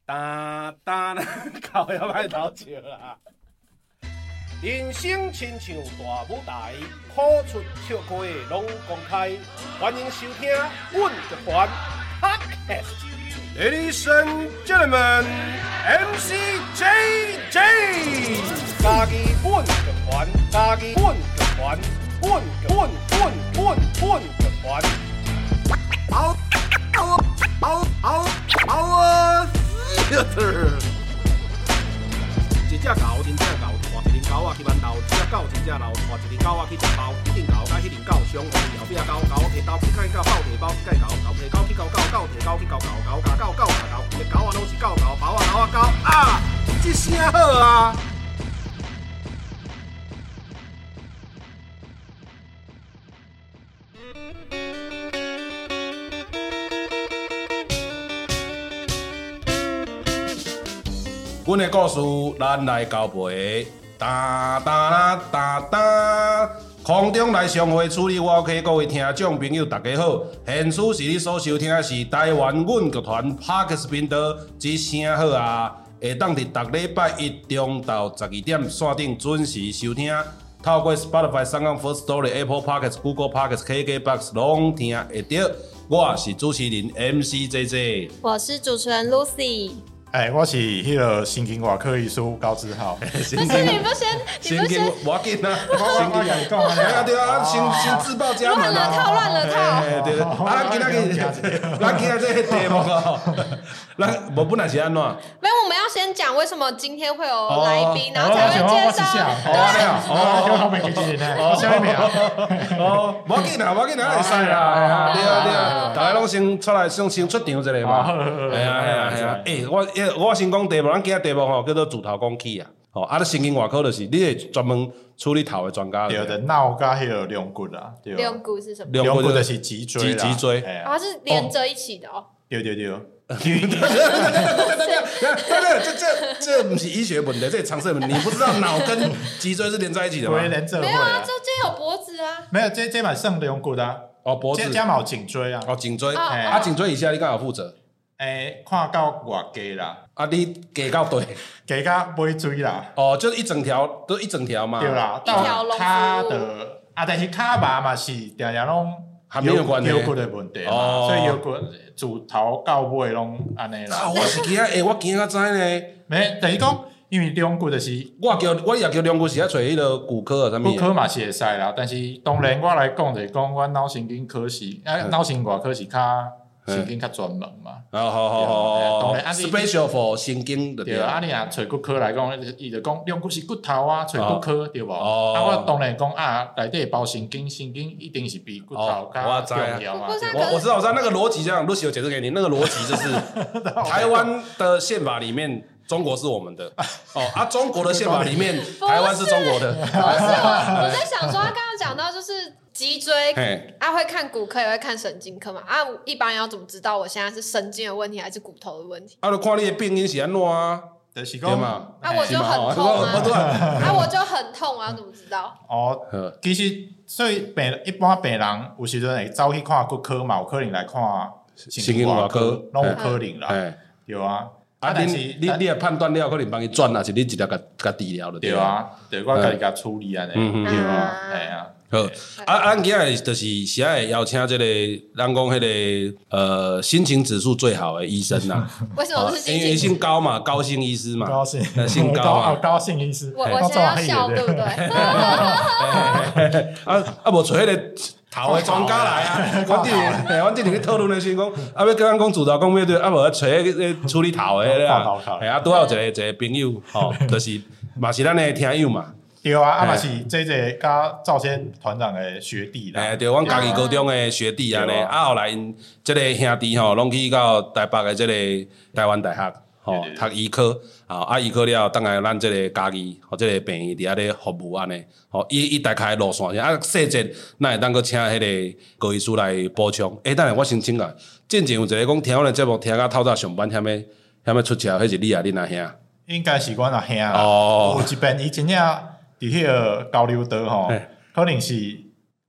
哒哒啦，靠也歹偷笑啦。人生亲像大舞台，苦出笑开拢公开。欢迎收听阮集团 Podcast。Ladies and gentlemen, MC JJ， 家己阮集团，家己阮集团，阮集团。一只狗真正狗，带一只狗仔去馒头；一只狗真正老，带一只狗仔去食包。迄阵狗甲迄阵狗相互后壁狗，狗摕刀去甲狗，豹摕包去甲狗，狗摕狗去狗，狗摕狗去狗，狗甲狗，狗甲狗，个狗仔拢是狗，包仔狗仔狗啊！这声好啊！阮的故事，咱来交陪。哒哒啦哒哒，空中来相会处理我 OK， 各位听众朋友大家好。现此时你所收听的是台湾阮剧团 Podcast 频道，这声好啊！会当伫逐礼拜一中到12点线顶准时收听。透过 Spotify、SoundOn、Firstory、Apple Podcasts、Google Podcasts、KKBox 拢听会到。我是主持人 MC JJ， 我是主持人 Lucy。 我是迄个神经外科医师高志浩。 不是你不先， 神经我紧啊， 神经来讲啊， 对啊，先自报家门啊， 乱了套。 对啊，咱今仔这题目哦，咱无本来是安怎？ 没有，我们要先讲为什么今天会有来宾，然后才会介绍。 对，后面几人呢？下面无要紧啦，会使啦，对啊，大家拢先出来先出场一下嘛。系啊，我先讲题目，咱今日题目吼叫做自头讲起啊。啊，神经外科就是你是专门处理头的专家。 对的，脑甲迄个龙骨啊，对。 龙骨是什么？ 龙骨就是脊椎啦。 脊椎。 它是连着一起的哦。 对。 这不是医学问题，这是常识问题。你不知道脑跟脊椎是连在一起的吗？ 没有啊，这有脖子啊。 没有，这嘛算龙骨啊。 哦，脖子。 这嘛有颈椎啊。 哦，颈椎。颈椎以下你敢有负责？ 看到外加啦。 啊，你加到对？ 加到尾椎啦。 哦，就是一整条，都一整条嘛。 对啦，到骹的但是骹麻嘛是常常拢有关腰骨的问题嘛，所以腰骨自头到尾拢安尼啦。 我是惊我惊较知呢。 没，等于讲，因为龙骨就是我也叫龙骨是要找迄个骨科啊，啥物？ 骨科嘛是会使啦，但是当然我来讲就是讲，阮脑神经科是脑神外科是较神经较专门嘛。 好，special for 神经的对。啊，你若找骨科来讲，伊就讲龙骨是骨头啊，找骨科对无？我当然讲内底包神经，神经一定是比骨头较重要嘛。 我知道那个逻辑这样，Lucy 有解释给你，那个逻辑就是台湾的宪法里面。中国是我们的中国的宪法里面，台湾是中国的。不是我在想说，他刚刚讲到就是脊椎，会看骨科也会看神经科嘛。一般人要怎么知道我现在是神经的问题还是骨头的问题？ 就看你的病因是安怎啊？ 就是讲嘛。 我就很痛啊！我就很痛，我要怎么知道？ 其实所以一般病人有时阵会走去看骨科嘛，有可能来看神经外科，拢有可能啦，对啊。 但是你也判断了，可能帮伊转啊，是你直接甲治疗了。 对啊，对，我家己甲处理安尼，对啊，系啊。 好，咱今日就是时会邀请这个，咱讲迄个心情指数最好的医生呐。 为什么是心情？ 因为姓高嘛，高兴医师嘛。 高兴， 姓高嘛。 高兴医师。 我现在要笑，对不对？ 无找迄个头的专家来啊！我之前去讨论的时讲，要跟咱讲自头讲咩对，无要找迄处理头的啦。拄好有一个朋友，就是嘛是咱的听友嘛。 对啊，嘛是这甲赵先团长的学弟啦。 对，阮家己高中的学弟安尼，后来因即个兄弟拢去到台北的即个台湾大学，读医科，医科了，当然咱即个家己即个病院伫遐咧服务安尼，伊大概路线细节，咱会当搁请迄个高医师来补充。等下我先请教，之前有一个讲听阮的节目听到透早上班，遐要出车，迄是你恁阿兄？ 应该是阮阿兄啦。有一遍伊真正。伫迄个交流道吼，可能是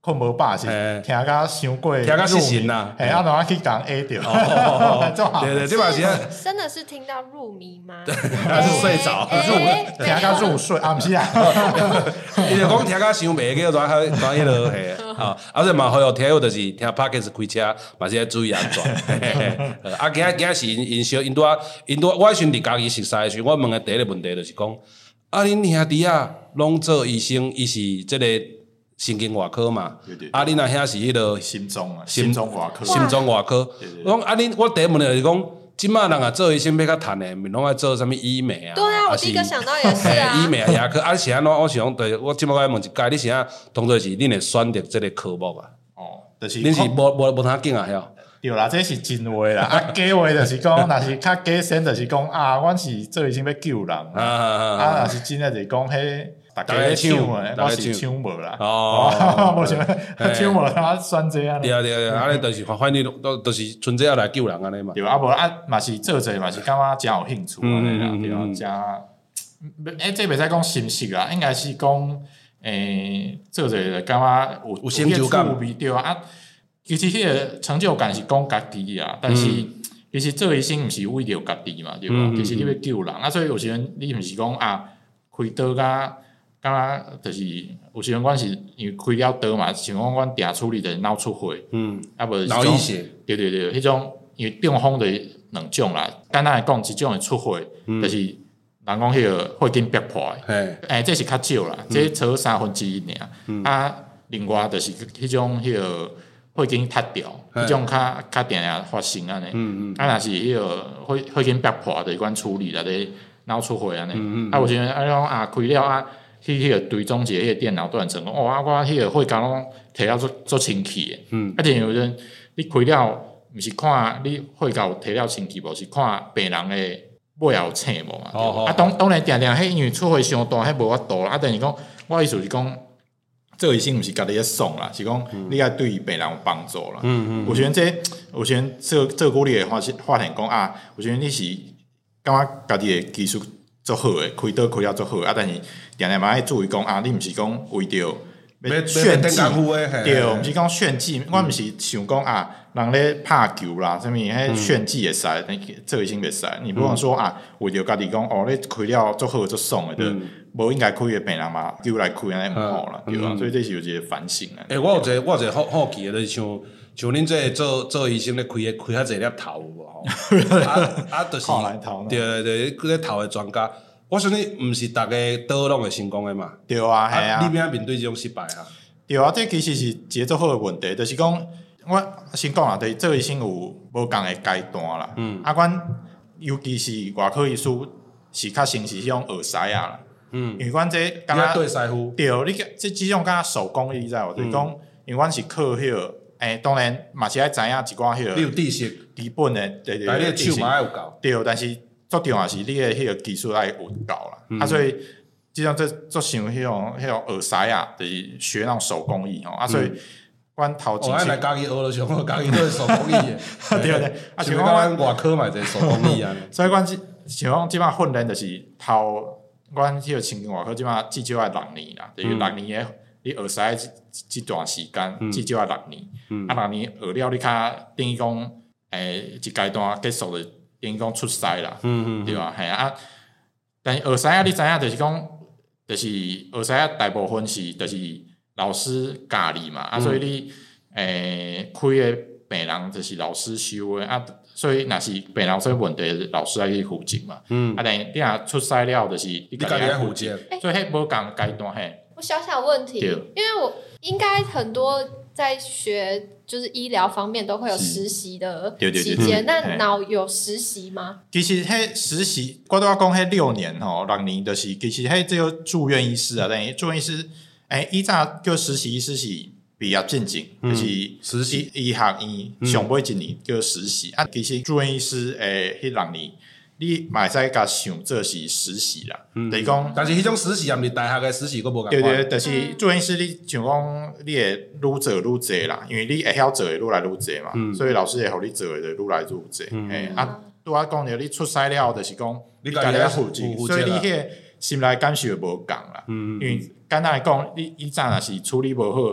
困无饱是听甲伤过， 听甲失神啦， 嘿，啊，然后去讲 A 掉， 对对，这嘛是真的是听到入迷吗？ 还是睡着， 听甲入睡啊，毋是啊， 伊就讲听甲伤袂叫转迄落嘿，啊，且嘛好有听有就是听 Podcast 开车嘛是要注意安全，啊，今仔是因小因拄我迄时伫家己熟悉的时候，我问的第一个问题就是讲，啊，恁兄弟啊，拢做医生，伊是即个。神经外科嘛，啊，恁若遐是迄个心脏外科， 心脏外科。我讲啊，我第一问就是讲，即马人啊做医生要较趁的，咪拢爱做啥物医美啊？ 对啊，我第一个想到也是啊。 医美啊，牙科啊，是安怎？我想对，我即马我问一解，你是啊，当做是恁会选择即个科目啊？ 哦，就是恁是无通紧啊，晓？ 对啦，这是真话啦。啊，假话就是讲，若是较假先，就是讲啊，阮是做医生要救人啊，若是真诶，就是讲迄。大家咧抢诶，我是抢无啦。哦，无想抢无，他选这样。 对啊对啊，安尼就是反正就是纯粹要来救人安尼嘛。 对啊，无啊嘛是做者嘛是感觉真有兴趣安尼啦，对啊，真这袂使讲心息啦，应该是讲做者就感觉有成就感， 对啊。其实迄个成就感是讲家己啊，但是其实做医生毋是为着家己嘛，对吧？其实你要救人啊，所以有时阵你毋是讲啊开刀甲。感觉就是有时阵，阮是因为开了刀嘛，像讲阮定处理的脑出血，啊无脑溢血， 对，迄种因为中风的两种啦。简单来讲，一种的出血，就是人讲迄个血筋逼破的，这是较少啦，这超1/3尔。啊，另外就是迄种迄个血筋塌掉，迄种较定定发生安尼。啊，若是迄个血筋逼破，就是阮处理啦，咧脑出血安尼。啊，有时阵啊讲啊开了啊。去迄个追踪一个迄个电脑断层，我迄个血管拢摕了做清气诶。啊，就有阵你开了，毋是看你血管摕了清气无，是看病人诶尾后有青无嘛。啊，当然定定迄因为出血伤大，迄无法度啦。啊，但是讲我意思是讲，做医生毋是家己咧爽啦，是讲你要对病人有帮助啦。有时阵有时阵做久你会发现讲啊，有时阵你是感觉家己诶技术。做好诶，开刀开了做好啊！但是定定嘛爱注意讲啊，你毋是讲为着要炫技，对，毋是讲炫技。我毋是想讲啊，人咧拍球啦，啥物迄炫技会使，做医生袂使。你不能说啊，为着家己讲哦，你开了做好做爽诶，就无应该开诶病人嘛，叫来开安尼毋好啦，对吧？所以这是有一个反省啊。 我有一个好奇诶，就是像恁这做医生咧开较侪粒头有无吼？就是对，迄头诶专家，我相信毋是逐个刀拢会成功诶嘛。 对啊，系啊。 你免面对这种失败啊？ 对啊，这其实是一个做好诶问题，就是讲我先讲啦，就是做医生有无共诶阶段啦。啊，阮尤其是外科医师是较先是迄种学师啊啦。因为阮这敢若对师傅。 对，你这种敢若手工艺，你知无？就是讲，因为阮是靠迄个。当然嘛是爱知影一寡迄个你有知识基本的，对， 但你手嘛爱有够。 对，但是最重要是你的迄个技术爱有够啦。啊，所以即种做像迄种学师啊，就是学那种手工艺吼。啊，所以阮头前来家己学了上好，家己做手工艺的。 对， 啊，像阮外科嘛就手工艺啊。 所以阮像讲即摆训练就是头，阮迄个神经外科即摆至少爱6年啦，就是6年的。你学师即段时间至少要6年，啊6年学了你较等于讲，一阶段结束就等于讲出师啦，对吧？系啊，但是学师啊，你知影就是讲，就是学师啊，大部分是就是老师教你嘛，啊，所以你开的病人就是老师收的啊，所以若是病人有啥问题，老师爱去负责嘛，啊，但是你若出师了，就是你家己爱负责，所以迄无共阶段嘿。 小问题，因为我应该很多在学就是医疗方面都会有实习的期间，那脑有实习吗？ 其实迄实习，我都要讲迄6年吼，6年就是其实迄只有住院医师啊，等于住院医师，以前叫实习医师是毕业进前，就是实习医学院上尾1年叫实习啊。其实住院医师迄6年。你嘛会使甲想做是实习啦，就是讲， 但是迄种实习也毋是大学诶实习，佫无共款。对，就是住院医师，你像讲，你会愈做愈济啦，因为你会晓做诶愈来愈济嘛，所以老师会互你做诶就愈来愈济。啊，拄仔讲着你出师了，就是讲你家己要负责，所以你迄个心内感受会无共啦。因为简单来讲，你以前若是处理无好，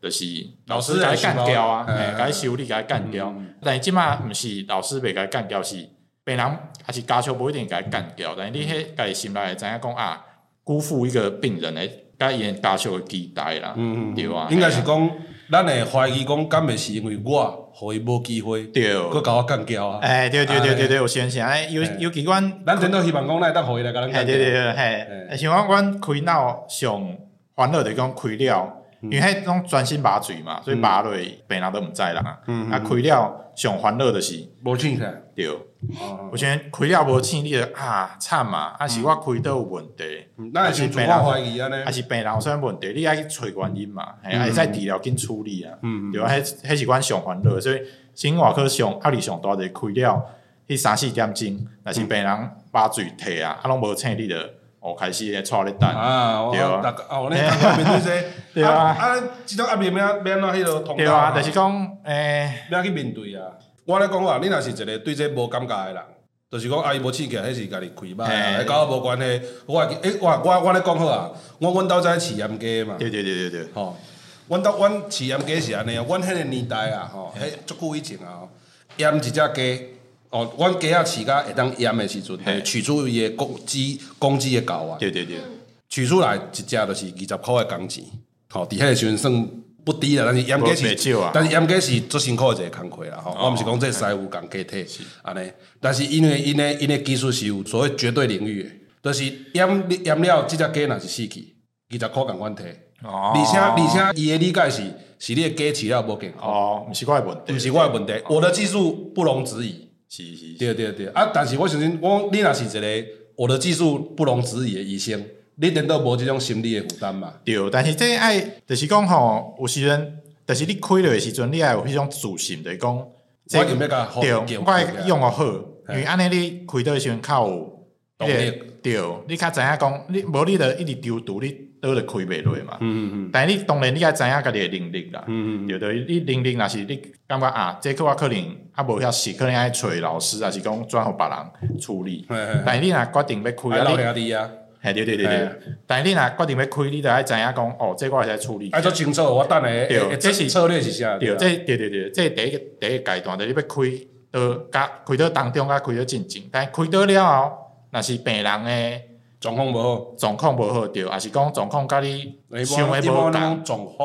就是老师甲伊干掉啊，甲伊修理甲伊干掉。但是即马毋是老师袂甲伊干掉，是病人还是家属无一定甲伊干掉。但是你迄家己心内会知影讲啊，辜负一个病人诶，甲伊家属诶期待啦，对啊。 应该是讲，咱会怀疑讲，敢袂是因为我互伊无机会， 对， 佮甲我干掉啊？ 对，有先生尤其阮， 咱真都希望讲，咱会当互伊来甲咱干掉。 对，像阮开脑上欢乐就是讲开了。因为迄种专心麻醉嘛，所以麻落病人都毋知啦。开了上欢乐就是无醒起来， 对。有时开了无醒，你就惨嘛，是我开倒有问题， 咱是病人怀疑安尼， 还是病人有啥问题，你爱去找原因嘛，会使治疗紧处理啊。对啊，迄是阮上欢乐，所以心外科上压力上大就是开了，迄3-4点钟，若是病人麻醉退啊，拢无醒你就。开始咧带咧等对啊，你刚刚面对这， 对啊， 即种压力要安怎迄落通对啊，就是讲要去面对啊。我咧讲话，你若是一个对这无感觉的人，就是讲伊无醒起来，迄是家己开歹啊，甲我无关系。我咧讲好啊，阮兜在饲盐鸡嘛。 对。 吼，阮饲盐鸡是安尼啊，阮迄个年代啊，吼，迄足久以前啊，盐一只鸡。阮鸡仔饲甲会当腌的时阵，取出伊的公鸡的膏啊， 对， 取出来一只就是20块的工钱，吼，伫迄个时阵算不低啦，但是腌鸡是，是足辛苦的一个工课啦，吼，我毋是讲这师傅共鸡体安尼，但是因为因的技术是有所谓绝对领域的，就是腌了这只鸡若是死去，20块共阮摕，而且伊的理解是你的鸡饲了无健康， 毋是我的问题， 毋是我的问题，我的技术不容置疑。 是， 对啊！但是我相信，你若是一个我的技术不容置疑的医生，你难道无这种心理的负担嘛？ 对，但是这爱就是讲吼，有时阵，但是你开了的时阵，你爱有迄种自信，就是讲， 我就要甲对，我爱用好，因为安尼你开倒的时阵较有动力， 对，你较知影讲，你无你就一直丢赌，你倒就开袂落嘛。但是你当然你爱知影家己的能力啦。对，你能力若是你感觉这个我可能无遐熟，可能爱找老师，还是讲转互别人处理。但是你若决定要开， 老兄弟啊， 对。但是你若决定要开，你就爱知影讲，这我会使处理。 爱做清楚，我等下对，这是策略是啥？ 对，这第一个阶段，就是你要开到当中，甲开到进前，但开到了后，若是病人的状况无好， 对，还是讲状况甲你想的无共。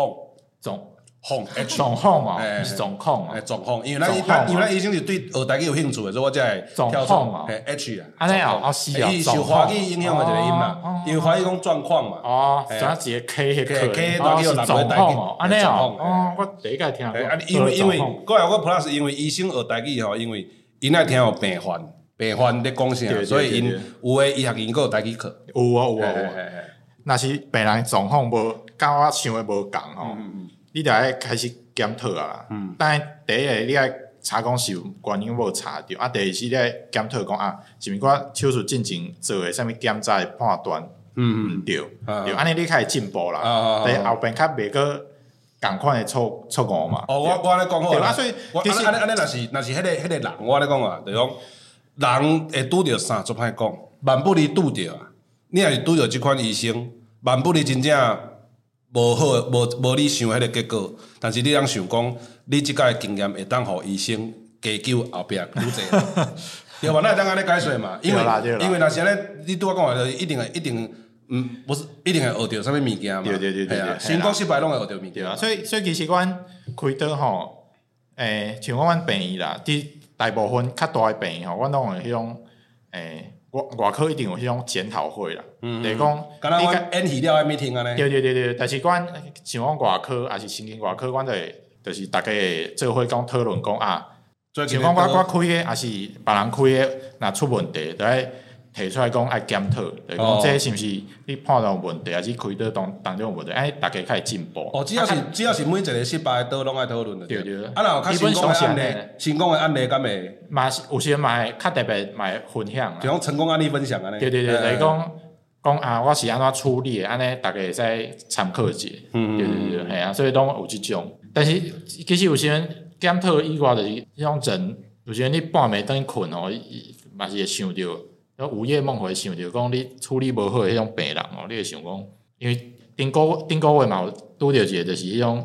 状况嘛，毋是状况嘛。 状况，因为咱医生是对学台语有兴趣的，所以我才会跳出 H 啊。 安尼哦，是啊， 伊受华语影响的一个音嘛，因为华语讲状况嘛。 怎一个 K 迄个 K 都叫状况哦，安尼哦，我第一个听过。 因为过来我 plus 因为医生学台语吼，因为因爱听有病患咧讲啥，所以因有诶医学院佫有台语课。 有。若是病人状况无甲我想诶无共吼。你就爱开始检讨啊！但第一个你爱查讲是有原因无查着，第二是你爱检讨讲是毋是我手术进前做诶啥物检查诶判断毋对，对，安尼你较会进步啦。但后边较袂个共款诶错误嘛。 我咧讲好啦， 所以其实安尼若是迄个人，我咧讲啊，就讲人会拄着啥做歹讲，万不离拄着啊！你若是拄着即款医生，万不离真正。无好，无你想迄个结果，但是你通想讲，你即个经验会当互医生加救后壁愈济，对吧？咱会当安尼解说嘛？因为若是安尼，你拄我讲话就一定，不是一定会学着啥物物件嘛？ 对， 成功失败拢会学着物件。 所以其实阮开刀吼，像阮病院啦，大部分较大诶病院吼，阮拢有迄种外科一定有迄种检讨会啦，就是讲， 敢若阮演戏了诶 meeting 安尼。 对，但是阮像阮外科，还是神经外科，阮就是大家做伙讲讨论讲像讲我开诶，还是别人开诶，若出问题，就爱提出来讲爱检讨，就是讲这是毋是你判断有问题，还是开刀当中有问题，大家较会进步。 只要是每一个失败诶刀拢爱讨论的。对。若有较成功诶案例，敢会嘛是有时嘛会较特别嘛会分享。 就讲成功案例分享安尼。 对，就是讲我是安怎处理诶，安尼大家会使参考者。对，系啊，所以拢有即种。但是其实有时阵检讨以外，就是迄种人，有时阵你半暝等于困吼，嘛是会想着。午夜梦回想着讲你处理无好诶迄种病人你会想讲，因为顶个月嘛有拄着一个就是迄种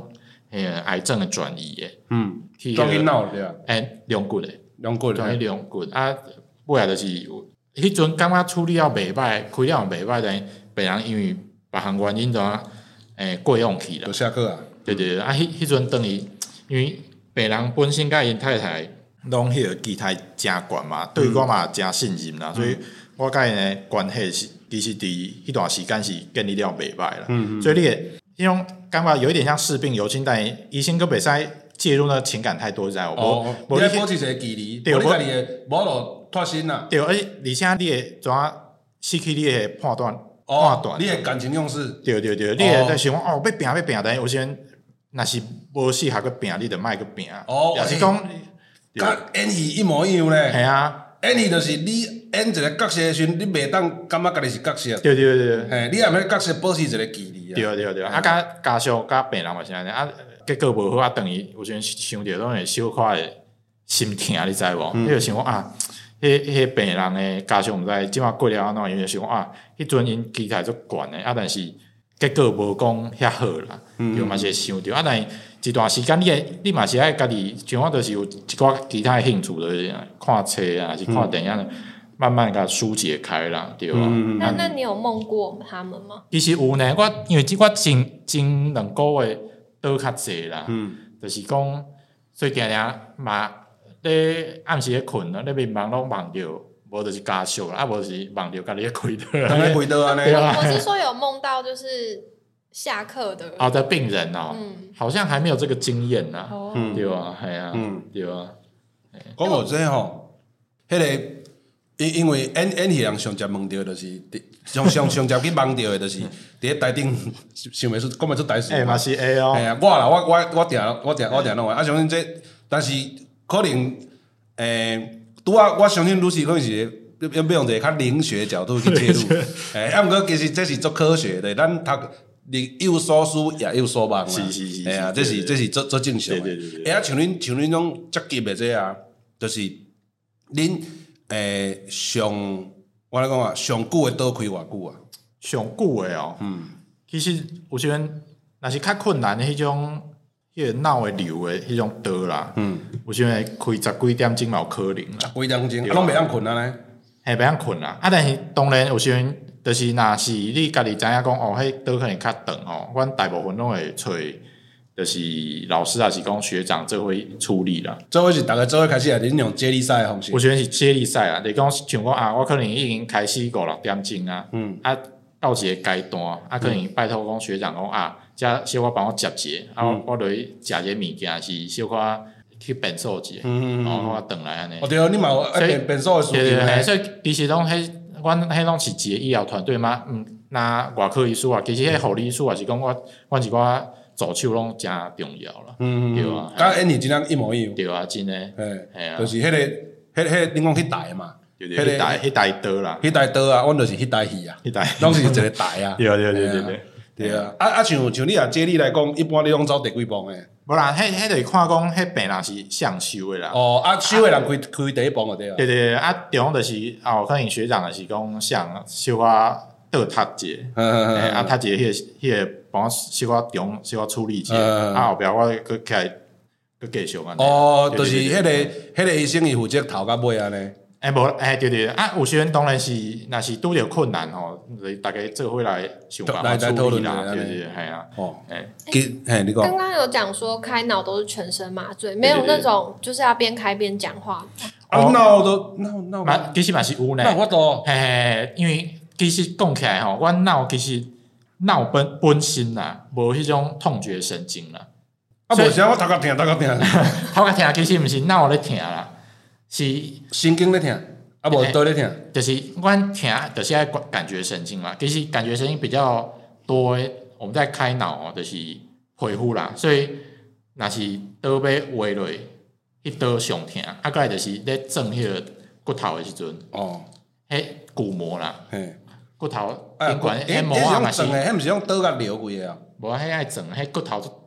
癌症的转移的， 转去脑对啊， 龙骨的， 龙骨转去龙骨啊，尾仔就是迄阵感觉处理了袂歹，开了袂歹，但病人因为别项原因怎过用去啦， 就下课啊， 对，啊，迄阵等于因为病人本身甲因太太拢迄个期待真悬嘛，对我嘛真信任啦，所以我甲因的关系是其实伫迄段时间是建立了袂歹啦，所以你迄种感觉有一点像视病犹亲，但医生佫袂使介入那情感太多，知无？ 无你保持一个距离，无你家己的无路脱身啦。 对，而且你会怎啊失去你的判断？ 你的感情用事。 对，你会在想要拼，但有时阵若是无适合去拼，你就莫去拼。也是讲， 甲演戏一模一样咧。 系啊， 演戏就是你演一个角色的时阵，你袂当感觉家己是角色。 对。 嘿，你也免角色保持一个距离啊。 对，啊，甲家属甲病人嘛是安尼啊，结果无好啊，等于有时阵想着拢会小可的心疼，你知无？你就想讲啊。迄病人的家属毋知即马过了安怎，因为想讲啊，迄阵因期待足悬的啊，但是结果无讲遐好啦，就嘛是会想着啊。但是一段时间你嘛是爱家己，像我就是有一寡其他的兴趣，就是看册啊，还是看电影，慢慢甲疏解开啦，对吧？ 那你有梦过他们吗？ 其实有呢，因为我前2个月倒较济啦，就是讲最近嘛。咧暗时咧困咧面梦拢梦着，无就是家属啦，啊无就是梦着家己咧开刀， 当然开刀安尼。 我是说有梦到就是下课的的病人好像还没有这个经验呐，对啊，系啊，对啊。 讲到这吼，迄个因为演戏人上接问到就是上接去梦到的，就是伫咧台顶想袂出讲袂出台词。 嘛是会哦。 系啊，我啦，我定弄啊，相信这，但是。可能拄啊，我相信律师可能是要用一个较灵学角度去介入，啊，毋过其实这是做科学的，咱读你有所思也有所梦啦， 是， 啊，这是做正常的。啊，像恁种接急的这啊，就是恁上我来讲啊，上久的倒开偌久啊？ 上久的其实有时阵若是较困难的迄种。迄个脑会流的迄种刀啦，有时阵会开10几点钟嘛有可能啦。 10几点钟，拢袂晓困啊咧？ 嘿，袂晓困啦。啊，但是当然有时阵，就是若是你家己知影讲迄刀可能较长阮大部分拢会找，就是老师还是讲学长做伙处理啦。 做伙是大家做伙开始啊，恁用接力赛的方式。 有时阵是接力赛啊，你讲像讲我可能已经开始5、6点钟啊，到一个阶段可能拜托讲学长讲遮小可帮我接一个，我落去食一个物件是小可去变数一个，我转来安尼。 对，你嘛有变数的需求。 对，所以其实拢阮迄拢是一个医疗团队嘛，那外科医师其实迄护理师也是讲阮一寡助手拢真重要啦，对啊。 甲演戏真正一模一样。 对啊，真诶， 系啊，就是迄个你讲迄台嘛。 迄台刀啦， 迄台刀啊，阮就是迄台戏啊，拢是一个台啊。对啊，像你啊，接力来讲，一般你拢走第几棒诶？ 无啦，迄就是看讲，迄病人是上修诶啦。 修诶人开第一棒就对啊。 对，中就是可能学长就是讲上小可倒读者，读者迄个帮我小可中小可处理者，后壁我佫起来佫继续安尼。 就是迄个医生伊负责头甲尾安尼。 无对有时阵当然是若是拄着困难就是大家做伙来想办法处理啦，对，系啊。 你讲。 刚刚有讲说开脑都是全身麻醉，没有那种就是要边开边讲话。 脑其实嘛是有呢。 那我都因为其实讲起来阮脑其实脑本身啦，无迄种痛觉神经啦。 无啥我头壳痛， 头壳痛其实毋是脑咧痛啦。是神经咧痛，无倒咧痛， 就是阮痛，就是爱感觉神经嘛。其实感觉神经比较多，我们在开脑就是恢复啦。所以若是倒要滑落，迄倒上痛，再来就是咧撞迄个骨头的时阵，迄骨膜啦，骨头顶管迄膜啊嘛是， 迄毋是用倒甲流开啊？ 无迄爱撞，迄骨头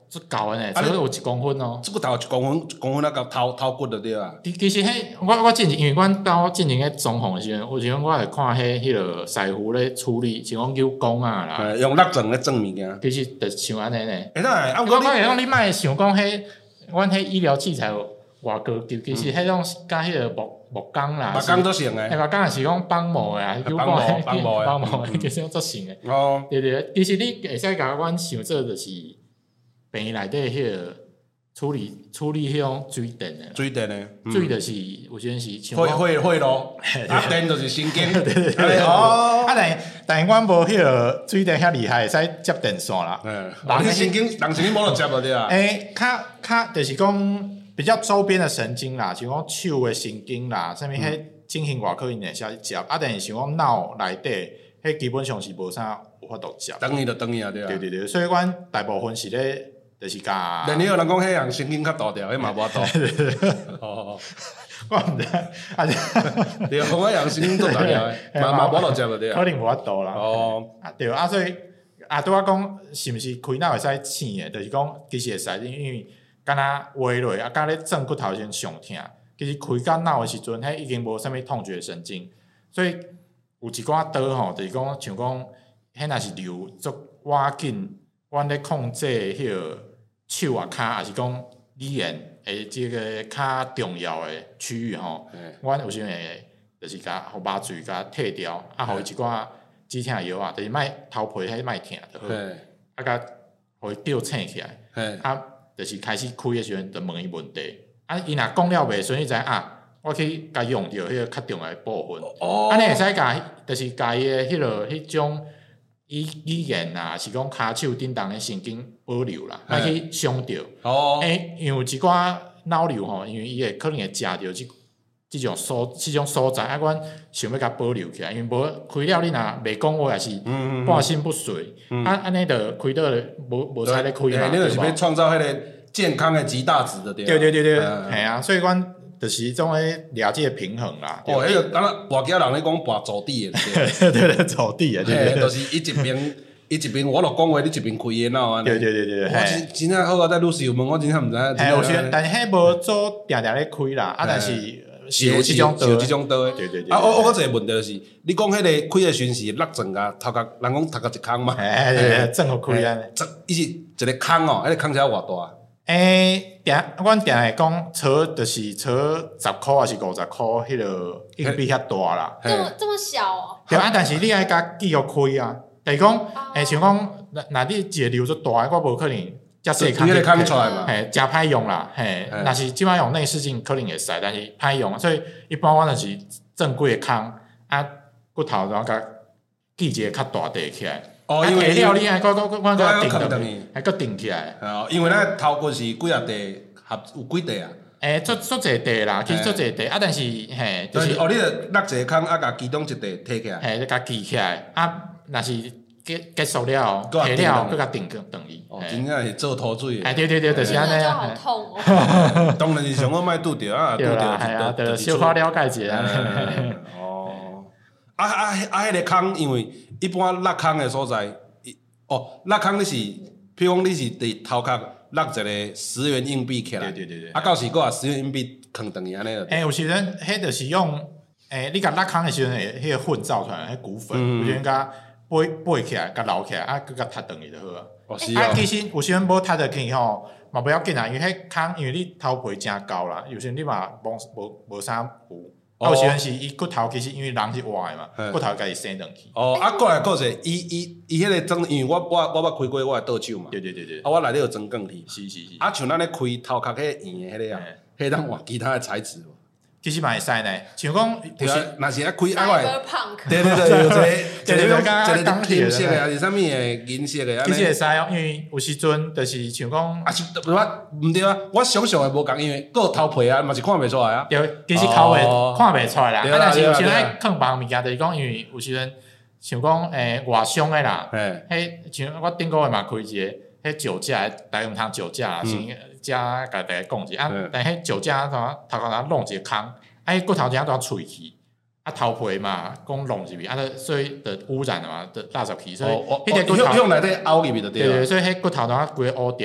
足高的呢，差不多有1公分哦。 这个头1公分啊，到头骨就对啊。 其实我进前，因为阮兜进前咧装潢的时阵，有时阵我会看迄个师傅咧处理，像讲扭工啊啦， 用蜡装咧装物件。 其实就像安尼呢。 会当啊， 我会讲你莫想讲阮迄医疗器材偌高级，其实迄种甲迄个木工啦， 木工做成诶。 木工也是讲帮忙诶啊，帮忙诶，其实做成诶。 哦， 对对，其实你会使甲阮想做就是病院内底迄个处理迄种水电诶。 水电诶， 水就是有时阵是像会咯，啊电就是神经。 哦，但阮无迄个水电遐厉害，会使接电线啦。 人神经无得接就对啊。 较就是讲比较周边的神经啦，像讲手的神经啦，啥物迄进行外科因会使接，但是像讲脑内底，迄基本上是无啥有法度接。 等伊就等伊啊，对啊。 对，所以阮大部分是咧，就是甲。 连你有人讲迄人神经较大条，迄嘛无法度。哦， 我毋知， 对，我人神经做大条诶，嘛无法度接就对啊。 可能无法度啦。 哦， 对，所以拄仔讲是毋是开脑会使醒诶？就是讲其实会使，因为敢若滑落，甲咧正骨头先上疼。其实开到脑诶时阵，迄已经无啥物痛觉神经，所以有一寡刀吼，就是讲像讲，迄若是流足我紧，阮咧控制迄个手啊骹，还是讲语言诶，即个较重要诶区域吼，阮有时会就是甲互麻醉甲退掉，互伊一寡止疼药啊，就是莫头皮迄莫疼就好，甲互伊吊醒起来，就是开始开诶时阵，就问伊问题。伊若讲了袂顺，伊知我去甲用着迄个较重要诶部分。安尼会使甲，就是甲伊诶迄种语言啊，是讲骹手顶动诶神经保留啦，莫去伤着。因为有一寡脑瘤吼，因为伊会可能会食着即种所在，阮想要甲保留起来，因为无开了你若袂讲话，也是半身不遂。安尼就开倒无采咧开嘛。 你就是要创造迄个健康的极大值的对。 对，系啊，所以阮就是种诶了解平衡啦。 迄个敢若跋筊人咧讲跋走地诶， 对，走地啊，对， 就是伊一边我著讲话，你一边开诶脑安尼。 对， 我真正好啊，在律师有问我真正毋知影。 有时，但是迄无做定咧开啦，但是有即种刀诶。 对。 我一个问题就是，你讲迄个开诶时是落正甲头壳，人讲头壳一空嘛？ 正好开啊。 伊是一个空哦，迄个空是偌大？ 阮定会讲找就是找10箍还是50箍，迄个硬币较大啦。 这么小哦？ 对但是你爱甲继续开啊。就是讲，像讲，若你一个瘤足大，我无可能遮细空出来嘛。 真歹用啦，若是即摆用内视镜可能会使，但是歹用，所以一般我就是正规的空，骨头然后甲记一个较大地起来。因为了你爱，我定落去，还佫定起来。 因为咱头骨是几啊地合有几地啊？ 足侪地啦，其实足侪地但是就是你著落一个空，甲其中一地摕起来。 甲记起来，若是结束了，摕了，佫甲定等伊。 真正是做土水诶。对，就是安尼啊。好痛哦！ 当然是上好莫拄着拄着就小可了解一下。 迄个空，因为一般落空的所在，落空你是，譬如讲你是伫头壳落一个10元硬币起来， 对。 到时佫10元硬币放转去安尼就。 有时阵迄就是用，你甲落空的时阵，迄个混造出来，迄骨粉，有时阵甲背起来，甲留起来，佫甲踢转去就好啊。其实有时阵无踢转去吼，嘛不要紧啊，因为迄空，因为你头皮真高啦，有时阵你嘛无啥补。有时阵是伊骨头，其实因为人是活诶嘛，骨头家己生转去。 过来一个，伊迄个装，因为我捌开过我诶倒手嘛。 对。 我内底有装钢去。 是。 像咱咧开头壳迄个圆诶迄个啊，迄当换其他诶材质无？ 其实嘛会使呢，像讲， 若是咧开对， 一个金色诶，还是啥物诶银色诶？ 其实会使哦，因为有时阵就是像讲， 毋对啊，我想象诶无共，因为个头皮啊嘛是看袂出来啊。 对，其实头皮看袂出来啦，但是有时爱放别物件，就是讲，因为有时阵像讲外伤诶啦，迄像我顶个月嘛开一个，迄酒驾，大家毋通酒驾啦，先甲大家讲者但迄酒驾头壳弄一个空，迄骨头怎都要喙去。头皮嘛，讲弄入去，所以就污染了嘛，就垃圾去，所以迄个骨头向内底凹入去就对了。 对，所以迄骨头都规个乌掉，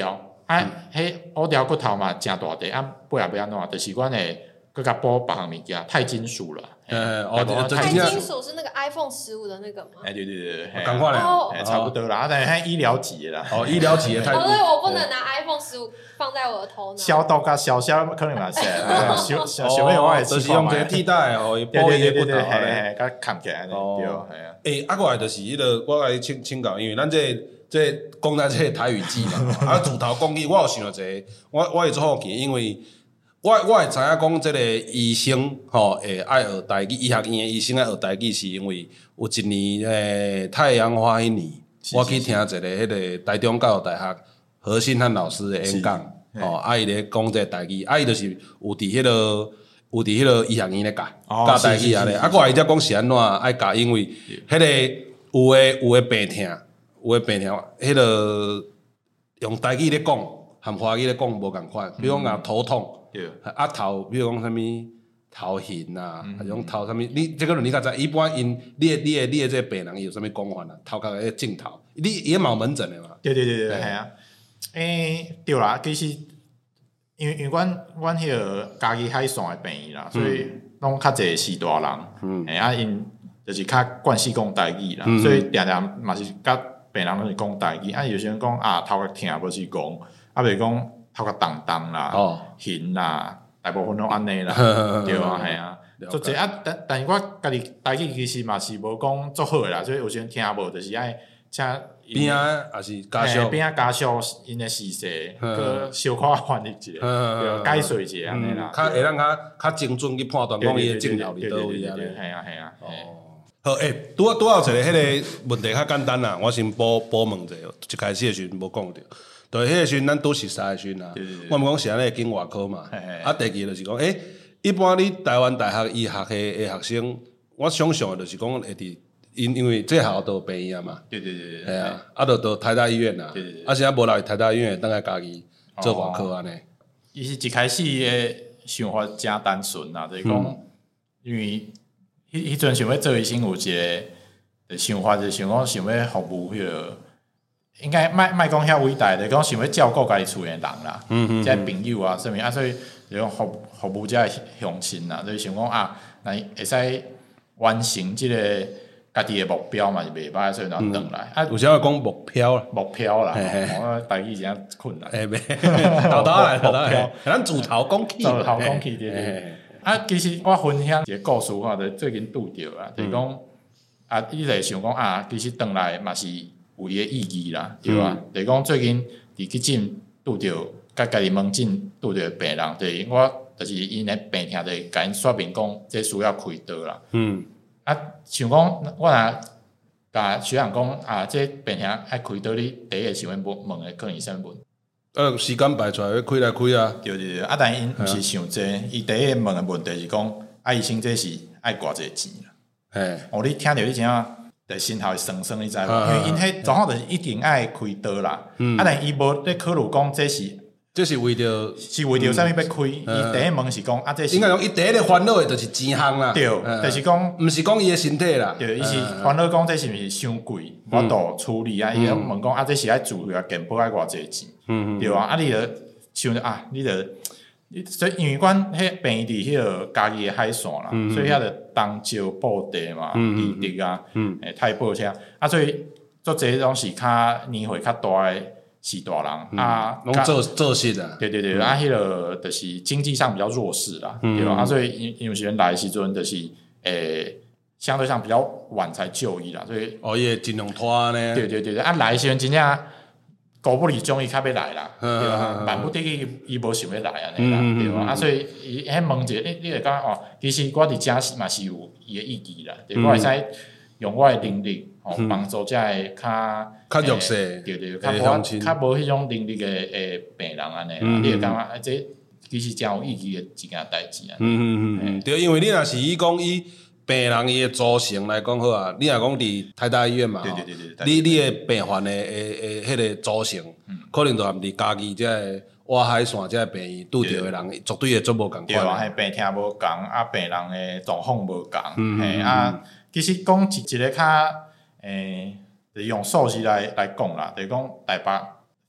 迄乌条骨头嘛真大块，尾也要安怎？就是阮会佮甲补别项物件，钛金属啦。 钛金属是那个 iPhone 15的那个吗？ 对， 赶快嘞，差不多啦，但是医疗级的啦。 医疗级的钛。 对，我不能拿 iPhone 15放在我的头脑。 消毒甲消可能嘛是，想要我就是用一个替代哦，补伊个骨头咧，甲扛起来对，系啊。过来就是迄个，我来请教，因为咱这讲咱这台语季嘛，自头讲起，我有想到一个，我会做好奇，因为。我会知影讲，即个医生会爱学台语，医学院的医生爱学台语，是因为有一年太阳花迄年，我去听一个迄个台中教育大学何信汉老师的演讲，伊咧讲即个台语，伊就是有伫迄个医学院咧教台语安尼，过来伊则讲是安怎爱教，因为迄个有诶病痛，迄个用台语咧讲，含华语咧讲无共款，比如讲头痛。头，比如讲啥物头晕啊，还种头啥物，你这个你较知，一般因你的这个病人有啥物讲法啊？头壳个镜头，你也冇门诊的嘛？对，系啊，对啦，其实因为阮迄个家己海线的病院啦，所以拢较济是大人，因就是较惯习讲台语啦，所以常常嘛是甲病人拢是讲台语，有些人讲头壳疼无是讲，袂讲。头壳重啦，晕啦，大部分拢安尼啦，对啊，系啊，做者但是我家己台语其实嘛是无讲足好啦，所以有时阵听无就是爱请边啊，还是家属边啊家属因的事实，佮小可翻译一下，解说一下安尼啦， 会让较精准去判断讲伊的症头伫倒位啊， 系啊， 好拄好一个迄个问题较简单啦，我先补问一下，一开始的时阵无讲着。对，迄个时阵咱拄熟识的时阵啊，我毋讲是安尼经外考嘛。第二就是讲，一般你台湾大学医学系的学生，我想象的就是讲会伫因为这校都有病院嘛。 对， 系啊，到台大医院啦。现在无来台大医院，等下家己做外科安尼。 伊是一开始的想法真单纯啦，就是讲，因为迄阵想要做医生有一个想法，就是想讲想要服务迄个。应该莫讲遐伟大，就是讲想要照顾家己厝诶人啦，即个朋友啊，啥物所以就讲服务遮乡亲啦，就是想讲那会使完成即个家己诶目标嘛是袂歹，所以就转来。 有啥讲目标啦？ 我台语真困难。 头来，咱自头讲起。 对。其实我分享一个故事就最近拄着啦，就是讲你就想讲其实转来嘛是。有伊个意义啦，对吧？就是讲最近伫去诊拄着，甲家己门诊拄着病人，就是我就是因诶病痛，就是甲因说明讲，这需要开刀啦。像讲我若甲学长讲这病痛爱开刀，你第一个想要问诶，可能是啥问？ 时间排出来开来开啊。 对，但因毋是想这，伊第一个问诶问题是讲，医生这是爱偌济钱啦？你听着你怎样？在心头会酸酸，你知无？因为因迄状况就是一定爱开刀啦。但伊无咧考虑讲这是为着啥物要开？伊第一问是讲这是应该讲伊第一个烦恼的就是钱项啦。 对，就是讲毋是讲伊的身体啦。 对，伊是烦恼讲这是毋是伤贵，无度处理啊？伊问讲这是爱住啊健保爱偌济钱？对啊，你就想你就。所以因为阮迄病院伫迄个家己的海线啦，所以遐着东石布地嘛、宜德太保车所以做这拢是较年岁较大的是大人拢做事啊。 对，迄个就是经济上比较弱势啦，对吧？所以因为时阵来的时阵就是相对上比较晚才就医啦，所以伊会尽量拖呢。 对，来的时阵真正。高不离中伊较要来啦，对吧？万不得已伊无想要来安尼啦，对吧？所以伊迄问者，你会感其实我伫遮嘛是有伊诶意义啦，对，我会使用我诶能力帮助遮个较弱势， 对，较无迄种能力诶病人安尼啦，你会感觉这其实真有意义诶一件代志啊。 对，因为你若是伊讲伊。病人伊的组成来讲好啊，你若讲伫台大医院嘛，你的病患的迄个组成，可能就含伫家己这个外海线这个病院拄着的人，绝对会做无共款。 对啊，病痛无共，病人的状况无共，其实讲一个较就是用数字来讲啦，就是讲台北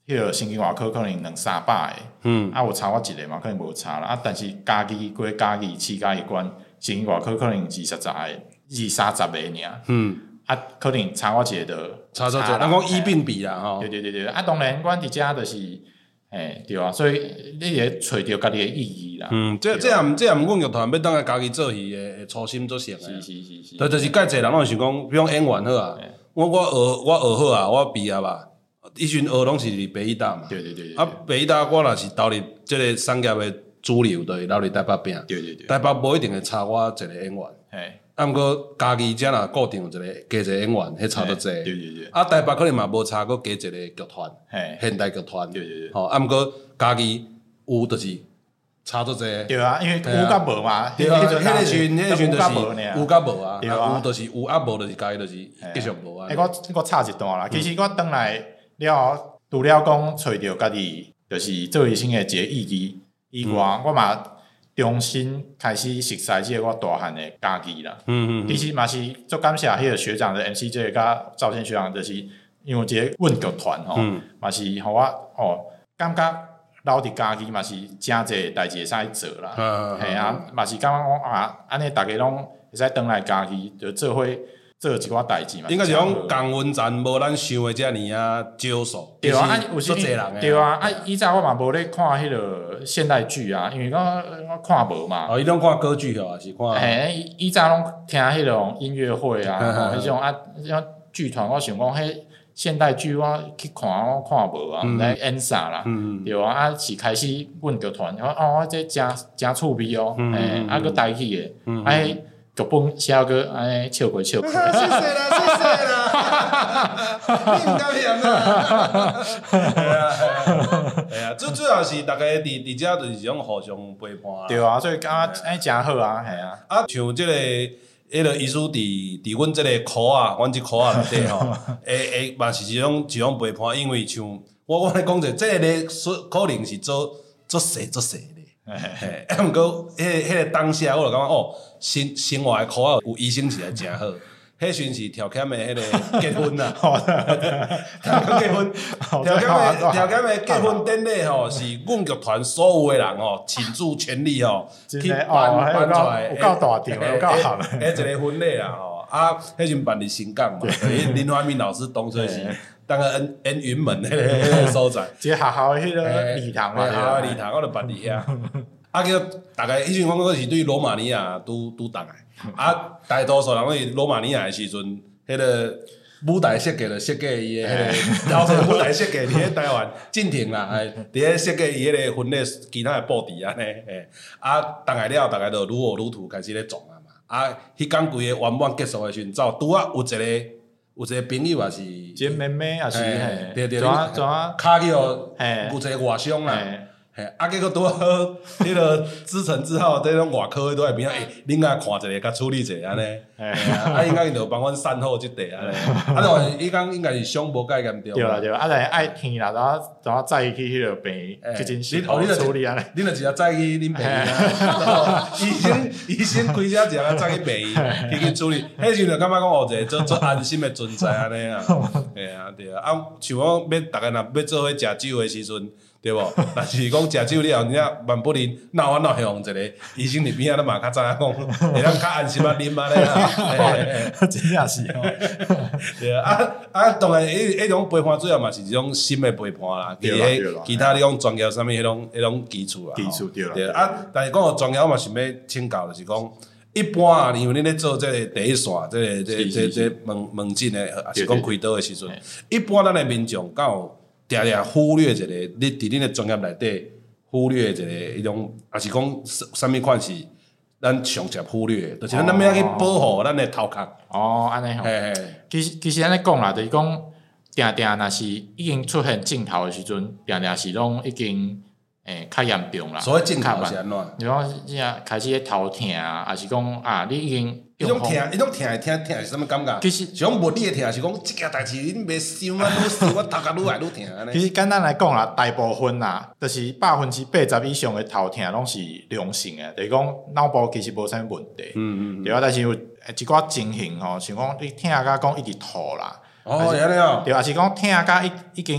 迄个神经外科可能200-300个，啊有差我一个嘛，可能无差啦。啊，但是家己过家己市家己关神经外科可能20-30个，20-30个尔。啊，可能差我一个就差做做，咱讲医病比啦吼。 对，啊，当然阮伫遮就是，对啊，所以你会找着家己的意义啦。 这也毋阮剧团要当来家己做戏的初心做成的。 是。 就是介济人拢想讲，比如演员好啊，我学好啊，我毕业啊，以前学拢是伫北医大嘛。 对。 啊，北医大我若是投入即个产业的主流，就会留伫台北拼。 对。 台北无一定会差我一个演员。啊，毋过家己遮若固定有一个加一个演员，迄差得济。 对。 啊，台北可能嘛无差，佫加一个剧团，现代剧团。 对。 吼，啊，毋过家己有就是差得济。 对啊，因为有甲无嘛。 对啊，迄个时阵就是有甲无啊，有就是有，啊无就是家己就是继续无啊。 我插一段啦，其实我转来了，除了讲找着家己就是做医生的一个意义以外，我嘛。重新开始熟悉即个我大汉的家己啦。其实嘛是足感谢迄个学长的 MC 甲赵先学长，就是因为一个阮剧团吼，嘛是互我感觉留伫家己嘛是真侪代志会使做啦。嘿啊，嘛是感觉讲安尼大家拢会使转来家己，就做伙做一寡代志嘛。 应该是讲降温站无咱想的遮尔啊少数。 对啊， 有足侪人。 对啊，以前我嘛无咧看迄个现代剧啊，因为我看无嘛。 伊拢看歌剧哦，还是看？ 嘿，以前拢听迄种音乐会啊，迄种剧团，我想讲迄现代剧我去看，我看无啊，毋知演啥啦。对啊，是开始阮剧团，我这真趣味哦，佫带起的，剧本写个安尼笑过。谢谢啦，你毋敢嫌啦。系啊，主要是大家伫遮就是种互相陪伴啦。 对啊，所以感觉安真好啊，系啊。 啊，像即个迄个医师伫阮即个科啊，阮即科啊内底吼，嘛是一种陪伴，因为像我来讲者，即个咧可能是做细咧。毋过迄个当下，我就感觉生活的科啊，有医生是会真好。迄时阵是条件的迄个结婚啦，条件的结婚典礼吼，是阮剧团所有的人吼，倾注全力吼去办出来， 有够大场，有够好。 一个婚礼啦吼，迄阵办伫新港嘛，林怀民老师当初是当个演云门迄个所在， 一个学校的迄个礼堂嘛， 学校礼堂我就办伫遐。叫大概迄阵我是对罗马尼亚拄重来，大多数人去罗马尼亚的时阵，迄个舞台设计就设计伊的迄个，后头舞台设计伫咧台湾进庭啦，伫咧设计伊迄个婚礼其他的布置安尼，当来了，大概就愈学愈土开始咧撞啊嘛，迄工规个圆满结束的时阵，拄有一个朋友也是，一个妹妹也是， 对， 怎骹去有一个外伤啦。结果拄好，迄个知成之后，迄种外科都在边恁甲看一个，甲处理一下安尼。应该因就帮阮善后即块安尼。伊讲应该是伤无介严重。 对啦，爱听啦，然后载去迄个病急诊室处理安尼。 恁就直接载去恁病院，医生开车直接载去病院去处理。迄时就感觉讲一个做安心的存在安尼啊。对啊，像我大家若要做伙食酒的时阵。对无？但是讲食酒了，人家万不能闹向一个医生伫边仔，咱嘛较知影讲，会当较安心啊啉安尼啦。 真正是哦。 对当然，迄种陪伴主要嘛是一种心的陪伴啦。其他你讲专业啥物迄种基础啦。 基础对啦。 对但是讲到专业，我嘛想要请教，就是讲一般因为恁咧做这个第一线，这门诊的，还是讲开刀的时阵，一般咱的民众敢有？常忽略一个，你伫恁的专业内底忽略一个迄种，也是讲啥物款是咱上常忽略，就是咱要去保护咱的头壳。 安尼吼。其实安尼讲啦，就是讲定若是已经出现镜头的时阵，定是拢已经较严重啦。 所以镜头是安怎？ 你讲开始头痛啊，还是讲你已经。 迄种痛是啥物感觉？ 其实是讲物理的痛，是讲即件代志恁袂想愈想，我头壳愈来愈痛安尼。 其实简单来讲啦，大部分啦，就是80%以上的头痛拢是良性的，就是讲脑部其实无啥问题。对啊，但是有一寡情形吼，像讲你痛甲讲一直吐啦。 是安尼哦。 对啊，是讲痛甲已经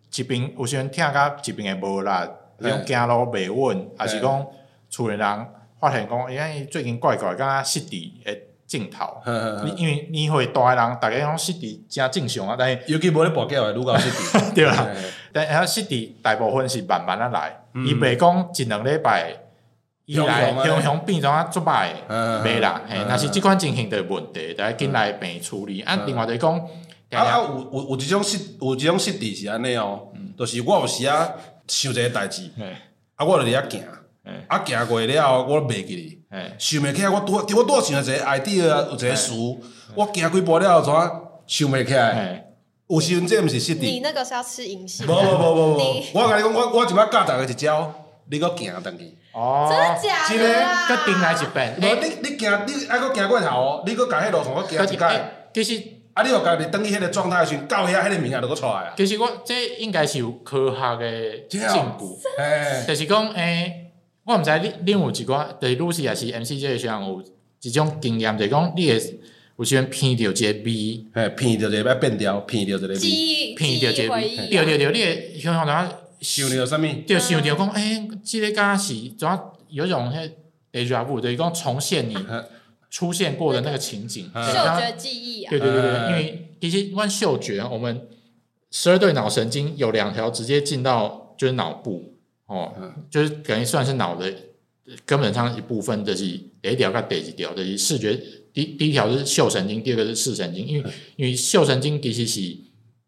一边有时阵听到一边会无力，种行路袂稳，还是讲厝里人发现讲，伊最近怪怪，敢若失智的镜头。因为年岁大的人，大家讲失智真正常啊，但是尤其无咧跋筊的，愈到失智， 对啦。但失智大部分是慢慢来，伊袂讲一两礼拜。伊来雄变成足歹的，袂啦。若是即款情形就问题，就要紧来病处理。另外就是讲， 有一种失智是安尼哦，就是我有时啊想一个代志，我就伫遐行，行过了后我袂记哩，想袂起来，我拄想一个 idea 有一个词，我行几步了后怎想袂起来？有时阵这毋是失智。 你那个是要吃银杏？ 无，我甲你讲，我即摆教大家一招，你搁行转去。 真的假的啊？ 佮顶来一遍。 无你行，你爱搁行过头哦，你搁甲迄路线搁行一摆。 其实， 你著家己转去迄个状态时阵，到遐迄个物件就搁出来啊。 其实我这应该是有科学的进步，就是讲我毋知恁有一寡，就是律师也是 MC 这个上有一种经验，就是讲你会有时阵闻到一个味， 闻到一个要变调，闻到一个味， 闻到一个味，对，你会想怎？ 想到啥物？ 就想到讲，这个敢是怎有一种迄 déjà vu，就是讲重现你出现过的那个情景， 嗅觉记忆啊。 对，因为其实关嗅觉，我们12对脑神经有2条直接进到就是脑部就是等于算是脑的根本上一部分，就是第一条跟第二条，就是视觉第一条是嗅神经，第二个是视神经，因为嗅神经其实是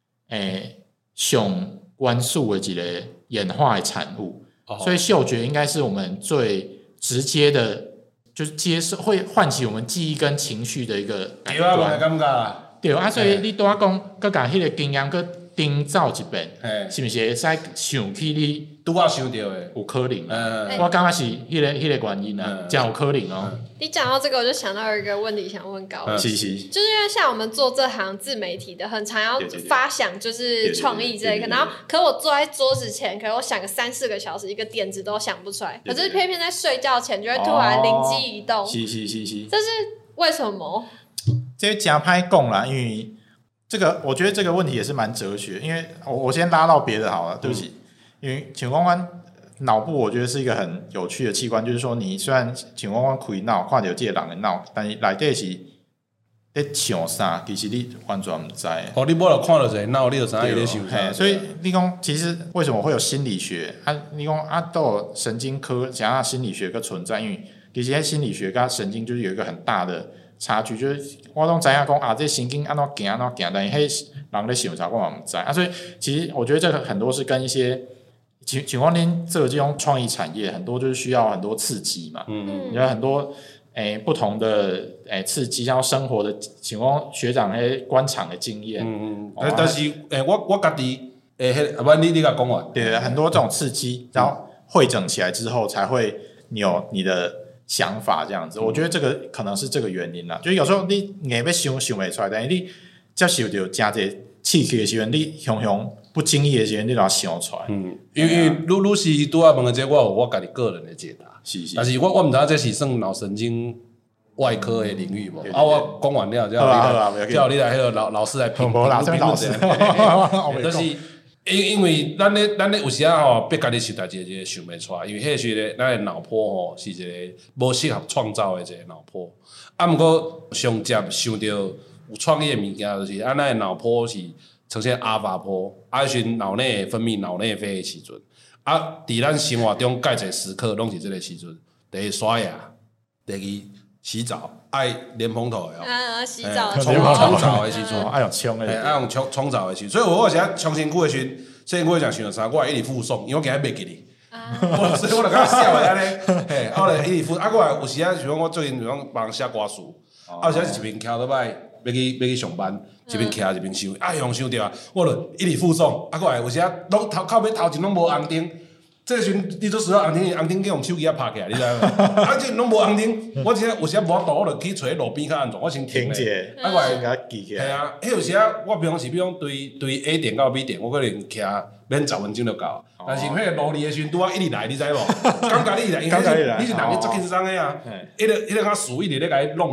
上关速的一个演化的产物，所以嗅觉应该是我们最直接的，就是接受会唤起我们记忆跟情绪的一个感官。 对啊，感觉啦。 对啊，所以你拄仔讲，佮甲迄个经验佮顶走一遍，是毋是会使想起你拄仔想到的？ 有可能我感觉是迄个原因啊，真有可能哦。 你讲到这个，我就想到有一个问题想问高， 是， 就是因为像我们做这行自媒体的，很常要发想，就是创意这一个，然后可我坐在桌子前，可能我想个3-4个小时，一个点子都想不出来，可是偏偏在睡觉前就会突然灵机一动， 是， 这是为什么？ 这真歹讲啦，因为这个我觉得这个问题也是蛮哲学，因为我先拉到别的好了，对不起，因为请光光脑部我觉得是一个很有趣的器官，就是说你虽然请光光开脑看到这个人的脑，但是内底是在想啥，其实你完全不知道。 你没有看到一个脑，你就知道他在想啥。 所以你讲其实为什么会有心理学？你讲都有神经科加上心理学个存在，因为其实心理学跟神经就是有一个很大的差距，就是我都知影讲这神经安怎行，但是迄人在想啥我嘛不知所以其实我觉得这个很多是跟一些情况恁做这种创意产业，很多就是需要很多刺激嘛，有很多不同的刺激，像生活的情况，学长官场的经验， 但是我家己不你甲讲完， 对，很多这种刺激，然后汇整起来之后，才会有你的想法这样子，我觉得这个可能是这个原因啦。就是有时候你硬要想袂出来，但是你接受到真侪刺激的时候，你雄不经意的时候，你就要想出来。 因为律师拄仔问的这，我有我家己个人的解答。是，但是我毋知这是算脑神经外科的领域无？我讲完了，叫你来迄个老师来评论老师， 就是因为咱咧有时啊逼家己想代志，就想袂出来，因为迄时咧咱的脑波是一个无适合创造的一个脑波。毋过上接想到有创意的物件，就是咱的脑波是呈现阿尔法波，迄时脑内分泌脑内啡的时阵，伫咱生活中介侪时刻拢是这个时阵。第一刷牙，第二洗澡，爱莲蓬头的洗澡冲澡的时阵， 爱用冲的， 爱用冲澡的时阵。所以我有时啊冲身躯的时阵，身躯想到啥，我会一直附送，因为我今日袂记哩。所以我就感觉笑的安尼，我就一直附。我有时啊，像我最近像帮人写歌词，有时一边徛倒摆要去上班，一边徛一边想，用想到我就一直附送。我有时啊，拢靠尾头前拢无红灯。这个时阵，你做需要红灯叫用手机拍起来，你知影？这拢无红灯，我真有时无倒，我就去找路边较安全，我先停者。 我先甲记起来。 系啊，迄有时啊，我平常时比如讲对 A 点到 B 点，我可能徛免10分钟就到。但是迄个路里的时阵，拄啊一直来，你知无？感觉你来，因为你是人咧做轻松的啊，迄个较熟一直咧甲伊弄问，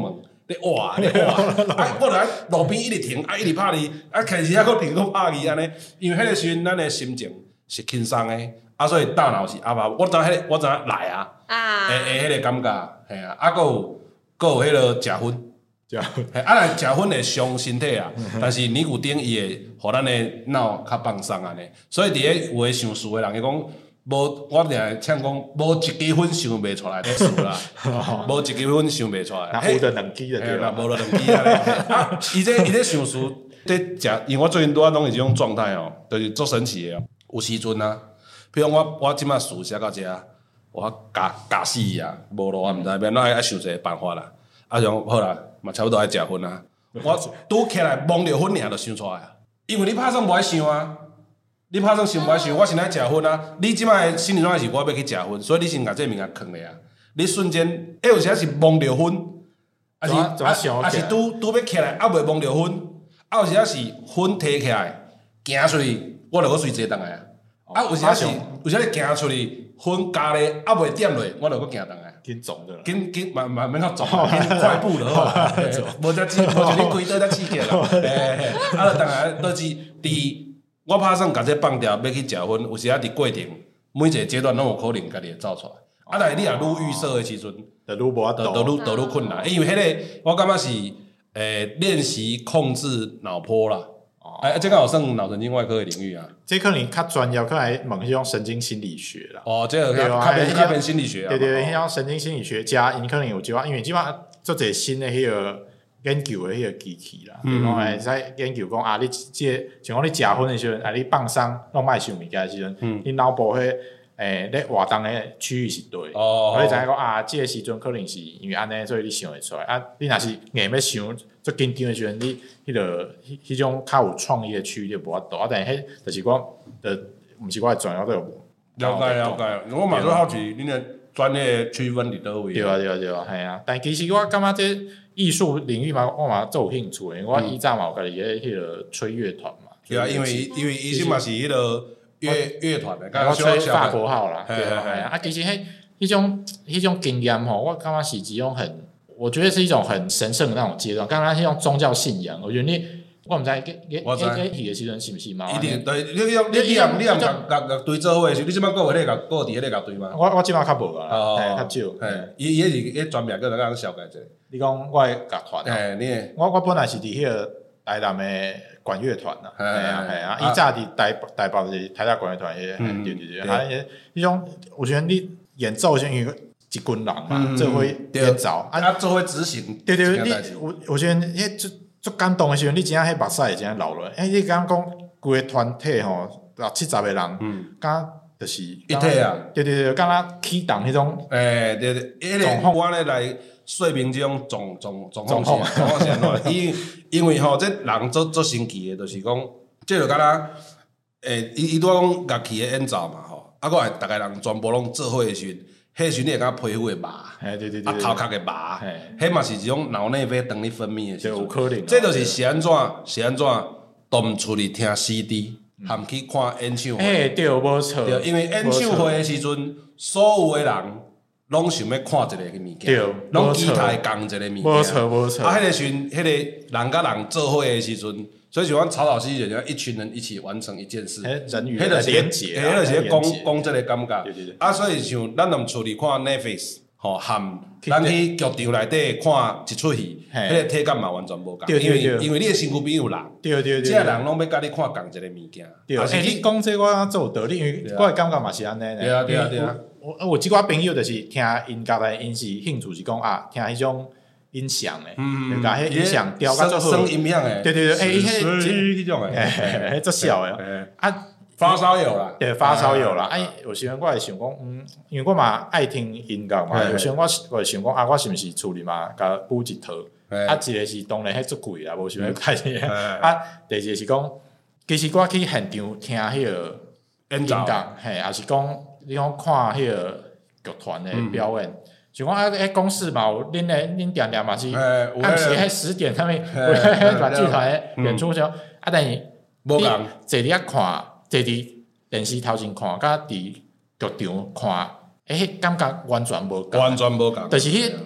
咧哇，啊，我来路边一直停，啊，一直拍你，啊，开始还佫停佫拍你安尼，因为迄个时阵咱的心情是轻松的，啊，所以大脑是嘛，我知影来啊，迄个感觉，嘿啊，啊，佫有迄个食薰。啊，来食薰会伤身体啊，但是尼古丁伊会互咱的脑较放松安尼，所以伫咧有诶上事诶人伊讲，无我定会呛讲，无一支薰想袂出来的事啦，无一支薰想袂出来。 那有的两支就对啦，无就两支啊。伊这上事在食，因为我最近拄啊拢是即种状态哦，就是足神奇诶哦。有时阵啊，比如我即摆事写到遮，我假死伊啊，无路我毋知要哪爱想一个办法啦。啊，像好啦。嘛，差不多爱食薰啊！我拄起来摸着薰尔，就想出来啊。因为你拍算无爱想啊，你拍算想无爱想，我先来食薰啊。你即摆心理状态是我要去食薰，所以你先甲这物件囥咧啊。你瞬间，有时是摸着薰，还是拄要起来，啊袂摸着薰，啊有时是薰摕起来，行出去，我就搁随坐倒来啊。啊有时是行出去，薰加咧，啊袂点落，我就搁行倒来。 紧总的， 紧慢免较总，紧快步就好啊。无遮刺，无像你开刀遮刺激啦。啊，就当然倒是伫我拍算甲这放掉，要去食薰，有时啊伫过程每一个阶段拢有可能家己会走出来。啊，但是你若愈预设的时阵， 就愈无法度， 就愈困难。因为迄个我感觉是练习控制脑波啦。这个有算脑神经外科的领域啊。 这可能较专业，可能问迄种神经心理学啦。 哦，这个较偏心理学啊。 对，迄种神经心理学家，因可能有即因为即摆做一个新的迄个研究的迄个机器啦，比如讲会使研究讲啊，你像讲你食薰的时阵，啊，你放松拢莫想物件的时阵，你脑部迄咧活动的区域是对，所以知影讲啊，即个时阵可能是因为安尼，所以你想会出来啊。你若是硬要想足紧张的时阵，你迄种较有创意的区域就无法度啊。但是迄就是我，毋是我的专业，我都有了解。我嘛做好奇，恁的专业区分伫倒位？ 对啊，系啊。但其实我感觉这艺术领域嘛，我嘛做有兴趣的。我以前嘛有家己迄个吹乐团嘛。 对啊，因为伊即嘛是迄个乐团的， 我吹法国号啦。对啊，啊，其实迄种经验吼，我感觉是一种我觉得是一种很神圣的那种阶段。刚刚是用宗教信仰，我觉得我毋知去的时阵是毋是嘛？ 一定对，你甲队做伙的时候，你即摆有迄个伫迄个队吗？ 我即摆较无啊，较少。 伊迄是迄专业，个咱小解者。 你讲我的乐团你我本来是伫迄个台南的管乐团啦，系啊，伊早伫台北是台大管乐团对，迄种我觉得你演奏先因为一群人嘛，做伙演奏做伙执行。 对，你我觉得迄足感动的时阵，你真正迄目屎会真正流落。你敢讲规个团体吼，60-70个人，敢就是一体啊。 对，敢若启动迄种。 对，迄个我咧来说明即种状况是安怎？因为吼，这人做神奇的，就是讲，这就敢若伊拄讲乐器的演奏嘛吼，啊，我逐个人全部拢做伙的时阵。迄时你会感觉皮肤会麻， 对， 头壳会麻，迄嘛是一种脑内啡当你分泌的时阵， 有可能。 这就是安怎动出去听 CD， 含去看演唱会。 对，无错。 对，因为演唱会的时阵，所有的人拢想要看一个物件，拢期待共一个物件。 无错。 啊，迄个时阵，迄个人甲人做伙的时阵。所以像阮草草戏人，一群人一起完成一件事， 人与人的连结， 迄就是讲这个感觉。啊，所以像咱若出去看 Netflix， 吼，含咱去剧场内底看一出戏，迄个体感嘛完全无共。因为你的身躯边有人， 对， 即个人拢要甲你看共一个物件。 对，你讲这我做有道理，因为我的感觉嘛是安尼呢。 对啊。 我即寡朋友就是听音乐的，因是兴趣是讲啊，听迄种。音响诶，就甲迄音响调甲做好， 声音响诶， 对， 迄种诶， 做小诶，啊， 发烧友啦， 对，发烧友啦，有时阵我会想讲，因为我嘛爱听音乐嘛，有时阵我会想讲啊，我是毋是厝里嘛，甲补一套，啊，一个是当然迄足贵啦，无想要开啊，第二个是讲，其实我去现场听迄个音乐，嘿，也是讲你讲看迄个剧团诶表演。像讲公司嘛，恁定定嘛是暗时10点他们把剧团演出上，但是无共坐伫遐看，坐伫电视头前看，甲伫剧场看，感觉完全无共。 完全无共。 就是迄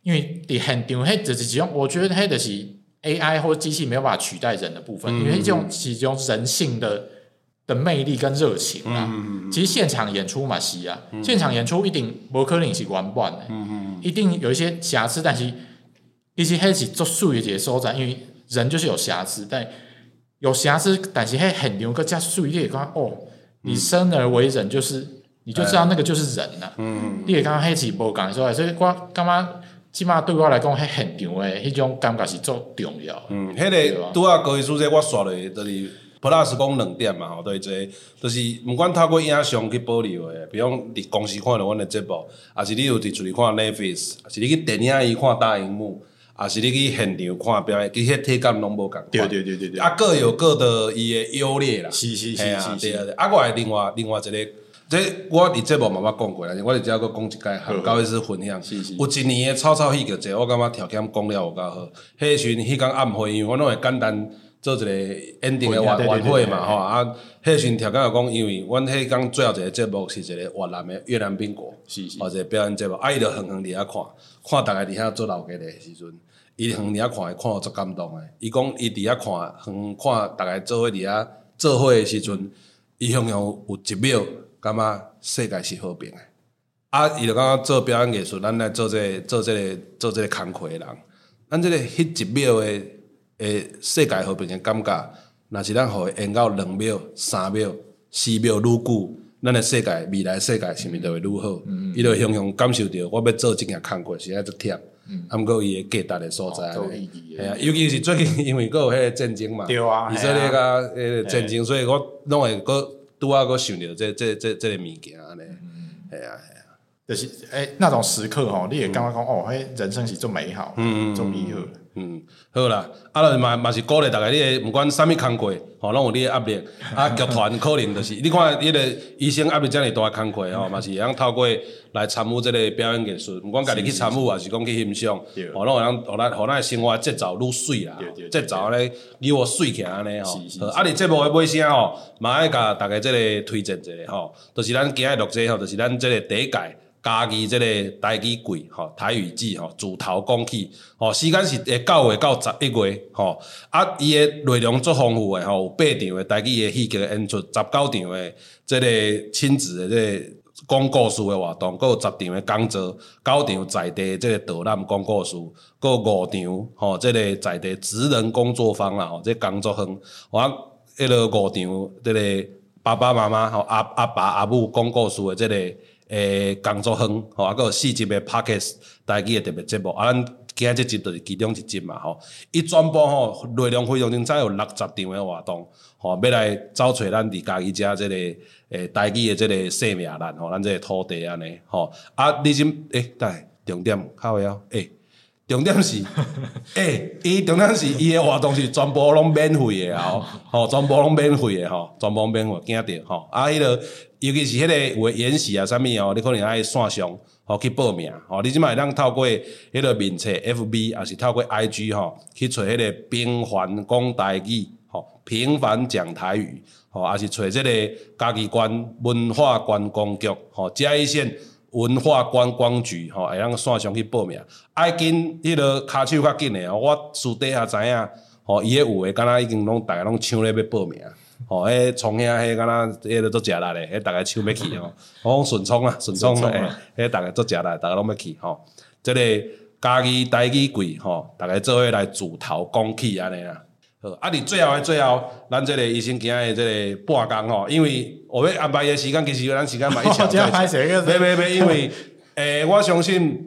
因为伫现场迄就是一种，我觉得迄就是 AI 或机器没有办法取代人的部分，因为这种是一种人性的魅力跟热情啦。其实现场演出嘛是啊，现场演出一定无可能是完满的，一定有一些瑕疵，但是其实迄是做水的一个所在，因为人就是有瑕疵，但有瑕疵，但是迄现场个加水，你会感觉哦，你生而为人，就是你就知道那个就是人啦。你会感觉迄是无共所在，所以我感觉。起码对我来讲，迄现场的迄种感觉是足重要。 迄个拄仔高医师这我刷落，就是 Plus 讲2点嘛吼，就是毋管透过影像去保留的，比如讲伫公司看到阮的节目，还是你有伫厝里看 Netflix， 还是你去电影院看大荧幕，还是你去现场看表演，其实体感拢无共款。对。啊，各有各的伊的优劣啦。是。对。啊，我另外一个。这我伫节目嘛捌讲过啦，我伫遮佫讲一解，和高医师分享。有一年的草戏剧节，我感觉条件讲了有够好。迄时阵迄天暗会，因为我拢会简单做一个 ending 的晚会嘛吼。啊，迄时阵条件就讲，因为阮迄天最后一个节目是一个越南宾国，或者表演节目，啊，伊就远伫遐看大家伫遐做老家的时阵，伊远伫遐看会看到足感动的。伊讲伊伫遐看大家做伙伫遐做伙的时阵，伊有一秒。感觉世界是和平的，啊！伊就感觉做表演艺术，咱来做这个工课的人，咱这个迄一秒的世界和平的感觉，若是咱互伊延到2秒、3秒、4秒愈久，咱的世界未来世界是毋是就会愈好？伊就雄感受到我要做这件工课是爱足忝，啊，毋过伊的价值的所在，系啊，尤其是最近因为佫有迄个战争嘛，以色列甲战争，所以我拢会佫。拄仔佫想着这个物件安尼，系啊， 就是那种时刻吼，你会感觉讲哦，迄人生是足美好，足美好。 好啦，啊，就嘛是鼓励大家，你毋管啥物工课，吼，拢有你的压力。啊，剧团可能就是你看，迄个医生压力遮尔大的工课吼，嘛是会通透过来参与即个表演艺术，毋管家己去参与，还是讲去欣赏，吼，拢会当互咱的生活节奏愈水啦，节奏安尼比我水起来安尼吼。啊，伫节目的尾声吼，嘛爱甲大家即个推荐一下吼，就是咱今日录这吼，就是咱即个第一届。家己即个台语季吼，台语季吼，自头讲起吼，时间是9月到11月吼，啊，伊的内容足丰富的吼，有8场的台语的戏剧的演出，19场的即个亲子的即个讲故事的活动，佮有10场的讲座，9场在地即个导览讲故事，佮有5场吼，即个在地职人工作坊啦吼，即工作坊，我迄个5场即个爸爸妈妈吼，阿爸阿母讲故事的即个。工作坊吼，啊，佮有4集的 Podcast 台语的特别节目，啊，咱今仔这集就是其中一集嘛吼。伊全部吼内容非常精彩，有60场的活动，吼，要来找找咱伫家己遮即个台语的即个生命力吼，咱即个土地安尼吼。啊，你等重点靠腰重点是伊重点是伊的活动是全部拢免费的吼，全部拢免费的吼，全部免费，惊着吼。啊，迄个。尤其是迄个有诶演习啊，啥物哦，你可能爱线上吼去报名吼，你即摆会当透过迄个面册 FB， 还是透过 IG 吼去找迄个平凡讲台语吼，平凡讲台语吼，还是找即个嘉义县文化观光局吼，嘉义县文化观光局吼，会当线上去报名。爱紧迄个骹手较紧诶吼，我私底下知影吼，伊诶有诶，敢若已经拢大家拢抢咧要报名。吼，迄创遐迄敢若迄个做食力咧，迄大家抢要去吼。我讲顺创迄大家做食力，大家拢要去吼。即个家己台语季吼，大家做伙来自头讲起安尼啦。好，啊，伫最后，咱即个医生今日即个半工吼，因为我要安排的时间，其实咱时间嘛一抢在。没，因为我相信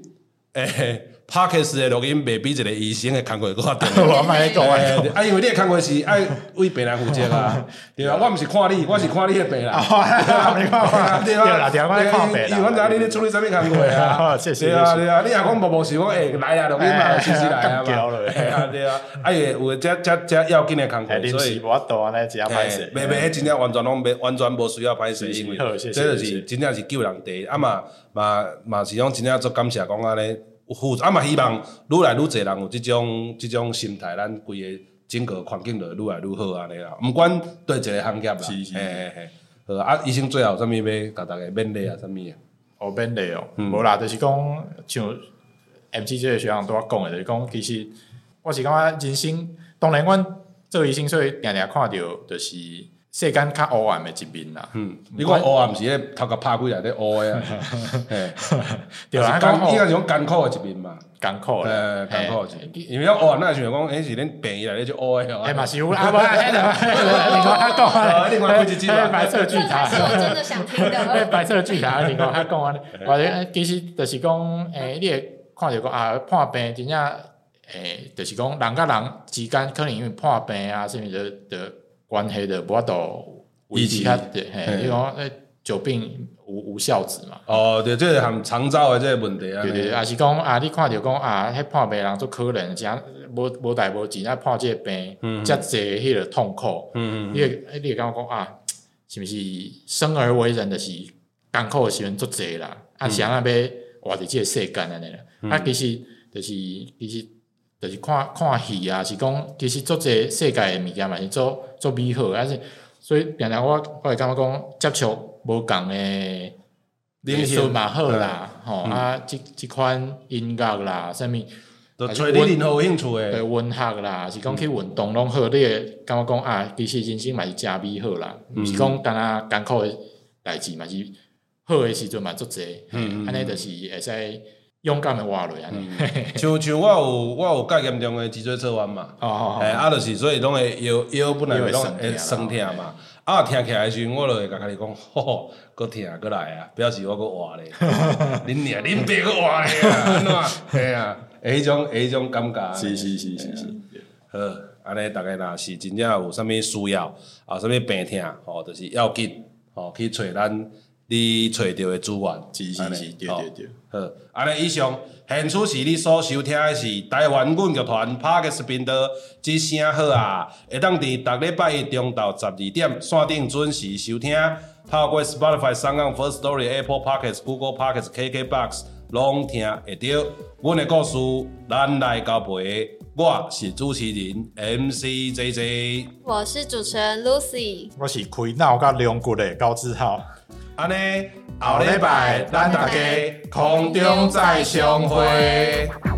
Podcast 的录音袂比一个医生的工课搁较重。 我莫讲啊，因为你的工课是爱为病人负责啊，对啊，我毋是看你，我是看你的病人。对啦，对啦，我看病人。 因为我知影你咧处理啥物工课啊？对啊，你若讲无事，我来啊，录音嘛，随时来啊嘛。对啊，有遮要紧的工课，所以无法度安尼，只要歹势。 袂，迄真正完全无需要歹势，因为这就是真正是救人地，啊嘛是讲真正足感谢讲安尼。啊嘛，希望愈来愈侪人有即种心态，咱规个整个环境就愈来愈好安尼啦。毋管对一个行业啦，嘿。好啊，医生最后啥物要甲大家勉励啊？啥物啊？ 勉励哦，无啦，就是讲像 MC 这个学长拄我讲的，就是讲其实我是感觉人生，当然阮做医生，所以定定看到就是世间较黑暗的一面啦。 你讲黑暗，毋是咧头壳拍开内底黑的啊？ 对啦， 应该是讲艰苦的一面嘛。 艰苦啦，艰苦的一面。因为黑暗，咱想讲，是恁病医内底就黑的。 嘛是有啦，无啦，你讲他讲啊， 另外几集白色巨塔， 是我真的想听的。 白色巨塔，你讲他讲啊，或者其实就是讲，你会看到讲啊，破病真正。就是讲人甲人之间可能因为破病啊，什么的关系的，无法度维持较对，你讲久病无孝子嘛。哦， 对，这个含长照的这个问题啊。 对，也是讲啊，你看到讲啊，迄破病人足可怜，真无代无志啊破这个病，遮济迄个痛苦。你会感觉讲啊，是毋是生而为人就是艰苦的时阵足济啦？啊，是安那要活伫这个世间安尼啦？啊，其实就是看戏啊，是讲其实做这世界的物件嘛是做美好，但是所以平常我会感觉讲接触无共的艺术嘛好啦，吼啊，即款音乐啦，啥物， 就找你任何有兴趣的， 文学啦，是讲去运动拢好，你会感觉讲啊，其实人生嘛是真美好啦，毋是讲干那艰苦的代志嘛是好的时阵嘛足济，安尼就是会使。勇敢的活落安尼， 像我有介严重的脊椎侧弯嘛，就是所以拢会腰本来拢会酸痛嘛，痛起来的时阵，我就会甲家己讲，吼，搁痛搁来啊，表示我搁活咧，恁爸搁活咧啊，安怎？嘿啊，迄种感觉。 是。 好，安尼大家若是真正有啥物需要啊，啥物病痛，吼，就是要紧，吼，去找咱。你找到的资源， 是，对。好， 安尼以上，现此时你所收听的是台湾阮剧团 Podcast 频道，一声好啊！会当伫逐礼拜一中昼12点线顶准时收听，透过 Spotify、SoundOn、Firstory、Apple Podcasts、Google Podcasts、KKBox 拢听会到。阮的故事，咱来交陪。我是主持人 MC JJ， 我是主持人 Lucy， 我是开脑甲两骨的高志浩。 安尼，后礼拜咱大家空中再相会。